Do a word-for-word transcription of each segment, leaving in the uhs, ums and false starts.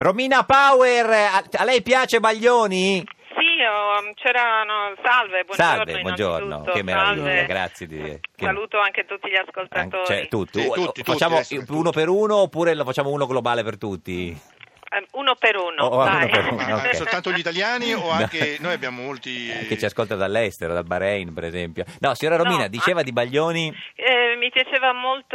Romina Power, a, a lei piace Baglioni? Sì, oh, c'erano, salve, buongiorno. Salve, buongiorno, che meraviglia, salve. grazie di... Che... Saluto anche tutti gli ascoltatori. Cioè, tutti, Sì, tutti, facciamo tutti, uno tutti. per uno oppure lo facciamo uno globale per tutti? Eh, uno per uno, Oh, dai. uno per uno, Ma ok. soltanto gli italiani o anche noi abbiamo molti Eh, Che ci ascolta dall'estero, dal Bahrain per esempio. No, signora Romina, No, diceva ma- di Baglioni... Eh, mi piaceva molto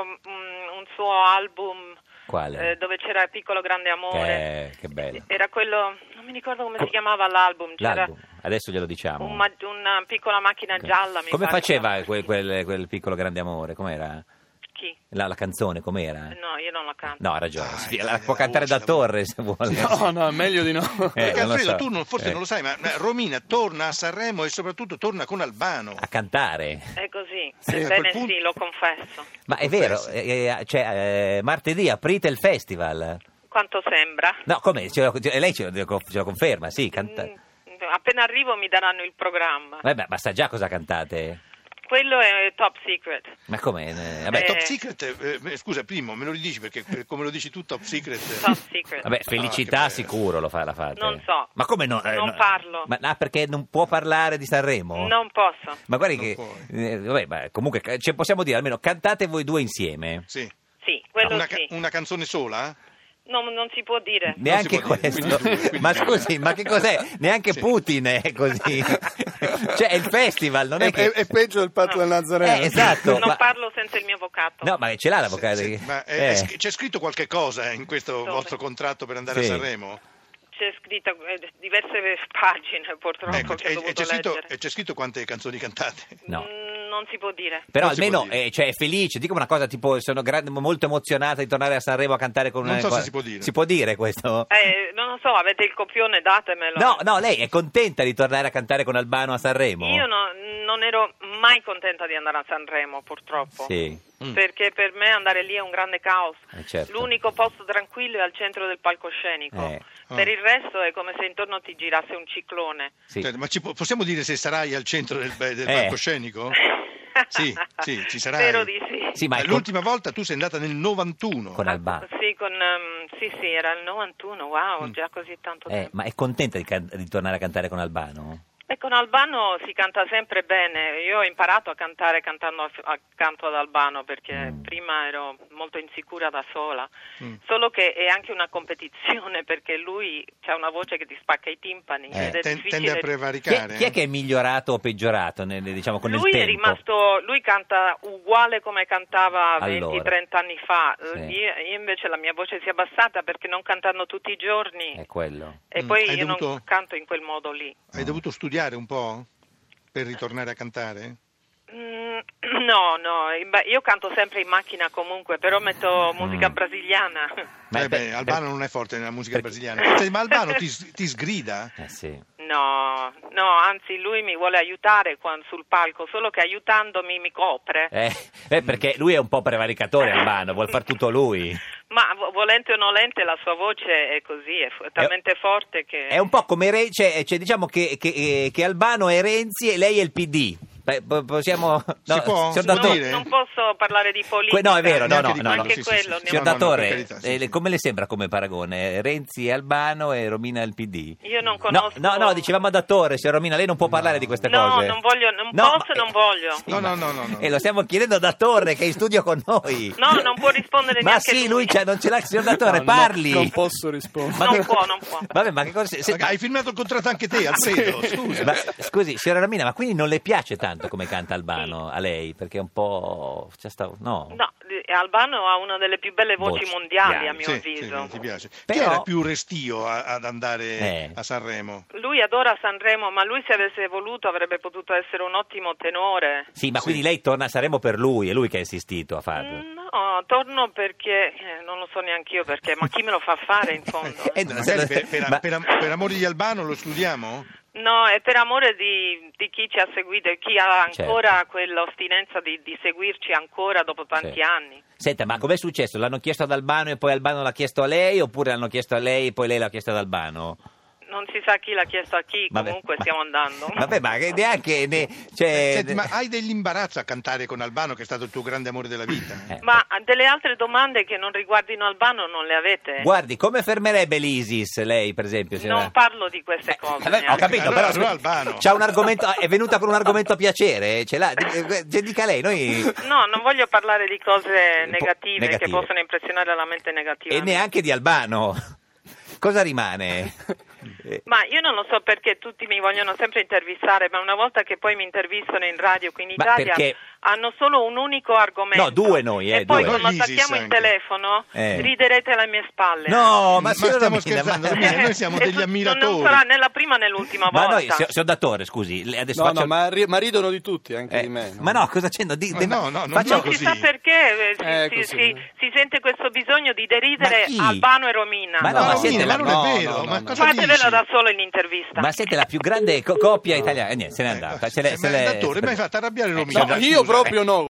mm, un suo album Quale? eh, dove c'era Piccolo Grande Amore. Che, che bello. Era quello, non mi ricordo come Co- si chiamava l'album. C'era L'album, adesso glielo diciamo. un ma- una piccola macchina gialla. Mi Come pare faceva che- quel, quel, quel piccolo grande amore? Com'era? Chi? La, la canzone, com'era? No, io non la canto. No, ha ragione. Dai, Sì, dai, la dai, può la cantare voce, da la Torre se vuole. No, no, meglio di no. Eh, Perché non lo Alfredo, so. tu non- forse Eh, non lo sai, ma ma Romina torna a Sanremo e soprattutto torna con Albano. A cantare. È così. Sì, a Ebbene quel punto- sì, lo confesso. Ma è Confessi. vero, eh, eh, cioè, eh, martedì aprite il festival. Quanto sembra? No, come? Ce lo- ce- lei ce lo, ce lo conferma, sì, canta... Mm, appena arrivo mi daranno il programma. Vabbè, ma sa già cosa cantate? Quello è Top Secret. Ma come? Eh, Vabbè, Eh, Top Secret, eh, eh, scusa, primo, me lo ridici perché eh, come lo dici tu Top Secret... Top Secret. vabbè, Ah, felicità che sicuro lo fa, la fate. Non so. Ma come no? Non no- parlo. Ma ah, perché non può parlare di Sanremo? Non posso. Ma guardi Non che... puoi. eh, vabbè, ma comunque ca- cioè, possiamo dire almeno cantate voi due insieme. Sì. Sì, quello Una, ca- sì. una canzone sola? No, non si può dire. Neanche si può dire, questo. quindi- quindi- Ma scusi, ma che cos'è? Neanche Sì. Putin è così. Cioè, è il festival, non è, È, che... è- è peggio del patto No. del Nazareno. Eh, esatto. Non ma... parlo senza il mio avvocato. No, ma ce l'ha l'avvocato. Sì, ma è- Eh. è sc- c'è scritto qualche cosa in questo Dove? vostro contratto per andare Sì. a Sanremo? C'è scritto eh, diverse pagine, purtroppo, Ecco, che ho e, e dovuto c'è scritto, leggere. e c'è scritto quante canzoni cantate? No. Mm, non si può dire. Però Non si almeno può dire. eh, cioè, è felice, dico una cosa tipo sono gran- molto emozionata di tornare a Sanremo a cantare con Non una so se cosa- si può dire. Si può dire questo? Eh, non lo so, avete il copione, datemelo. No, no, lei è contenta di tornare a cantare con Albano a Sanremo? Io no- non ero mai contenta di andare a Sanremo, purtroppo. Sì. Perché per me andare lì è un grande caos. Eh, certo. L'unico posto tranquillo è al centro del palcoscenico. Eh. Per Ah. il resto è come se intorno ti girasse un ciclone. Sì. Cioè, ma ci po- possiamo dire se sarai al centro del, del Eh. palcoscenico? Sì, sì, ci sarai. Spero di sì. Sì, ma Ma è con, l'ultima volta tu sei andata nel novantuno. con Albano. Sì, con, ehm, sì, sì, era il novantuno, wow, già così tanto Eh, tempo. ma è contenta di, can- di tornare a cantare con Albano? E con Albano si canta sempre bene. Io ho imparato a cantare cantando a- accanto ad Albano perché Mm. prima ero molto insicura da sola. Mm. Solo che è anche una competizione perché lui ha una voce che ti spacca i timpani Eh, ed è Ten- difficile. tende a Chi è, prevaricare. chi è che è migliorato o peggiorato nel, diciamo, con Lui il è tempo? rimasto, lui canta uguale come cantava Allora. venti trenta anni fa. Sì. Io, io invece la mia voce si è abbassata perché non cantando tutti i giorni È quello. e Mm, poi hai io dovuto- non canto in quel modo lì. Hai dovuto studiare un po' per ritornare a cantare? Mm, No, no, in ba- io canto sempre in macchina comunque, però metto musica Mm. brasiliana. Ma eh è beh, per- Albano non è forte nella musica perché- brasiliana. Cioè, ma Albano ti, ti sgrida? Eh sì. No, no, anzi lui mi vuole aiutare qua sul palco, solo che aiutandomi mi copre. Eh, eh, perché lui è un po' prevaricatore Albano, vuol far tutto lui. Ma vo- volente o nolente la sua voce è così, è, f- è talmente forte che... È un po' come Re- cioè, cioè, diciamo che, che, eh, che Albano è Renzi e lei è il P D. Beh, po- possiamo... Si può? signor Si può Dattore- dire? Non posso parlare di politica. Que- no, è vero, no, Neanche no, di no, quello, no. Anche sì, sì, quello, sì. andiamo Signor No, no, no, Dattore, per carità, sì, eh, sì. come le sembra come paragone? Renzi Albano e Romina il P D? Io non No, conosco... no, no, dicevamo a Dattore, signor Romina, lei non può parlare di queste No, cose. non voglio, non No, posso e ma- non voglio. Sì, No, ma- no, no, no, no. E lo stiamo chiedendo a Dattore che è in studio con noi. No, non può rispondere Ma neanche sì, lui. lui c'ha- non ce l'ha, signor Dattore, No, no, parli. non posso rispondere. Ma Non che- può, non può. Vabbè, ma che cosa... se- se- Ma hai firmato il contratto anche te, Alfredo, scusa. Ma, scusi, signora Romina, ma quindi non le piace tanto come canta Albano a lei? Perché è un po'... c'è sta- No. No, Albano ha una delle più belle voci Voci, mondiali, a mondiali. mio Sì, avviso. sì, ti piace. Chi Però- era più restio a- ad andare Eh. a Sanremo? Lui adora Sanremo, ma lui se avesse voluto avrebbe potuto essere un ottimo tenore. Sì, ma Sì. quindi lei torna a Sanremo per lui, è lui che ha insistito a farlo. No, torno perché, eh, non lo so neanche io perché, ma chi me lo fa fare in fondo? Eh, Magari per, per- ma- per am- per amore di Albano lo escludiamo? No, è per amore di, di chi ci ha seguito e chi ha Certo. ancora quell'ostinenza di, di seguirci ancora dopo tanti Sì. anni. Senta, ma com'è successo? L'hanno chiesto ad Albano e poi Albano l'ha chiesto a lei, oppure l'hanno chiesto a lei e poi lei l'ha chiesto ad Albano? non si sa chi l'ha chiesto a chi, Vabbè, comunque ma- stiamo andando. Vabbè, ma che neanche... Ne, cioè, Senti, ma hai dell'imbarazzo a cantare con Albano, che è stato il tuo grande amore della vita? eh, Ma delle altre domande che non riguardino Albano non le avete? Guardi, come fermerebbe l'ISIS lei, per esempio? se Non la- parlo di queste cose. Vabbè, ho neanche. capito, Allora, però allora scusi, Albano. c'ha un argomento, è venuta con un argomento a piacere? Ce l'ha? Eh, eh, Dica lei, noi... No, non voglio parlare di cose negative, negative. che possono impressionare la mente negativa. E neanche di Albano. Cosa rimane? Eh, Ma io non lo so perché tutti mi vogliono sempre intervistare, ma una volta che poi mi intervistano in radio qui in Ma Italia perché- hanno solo un unico argomento. No, due noi, eh, E poi due. quando Con l'ISIS attacchiamo il anche. telefono Eh. riderete alle mie spalle. No, ma, Ma signora stiamo Romina, scherzando, ma- Romina, noi siamo E degli tu- ammiratori. Non sarà né la prima né l'ultima Ma volta. noi, signor signor Dattore, scusi, lei adesso No, faccio... no, ma, ri- ma ridono di tutti, anche eh, di me. Ma no, cosa c'è? No, di- Ma di- no, no, non faccia- dico Non si così. sa perché eh, si, Eh, si- così. si- si sente questo bisogno di deridere Ma chi? Albano e Romina. Ma no, Ma ma Romina, siete ma la- non no, è vero, no, ma no, cosa Fatevela dici? da solo in intervista. Ma siete la più grande co- coppia italiana. Eh, niente, se n'è andata. Se l'è- Eh, se ma l'è- Dattore, mi hai fatto arrabbiare Eh, Romina. No, io scusa. proprio no.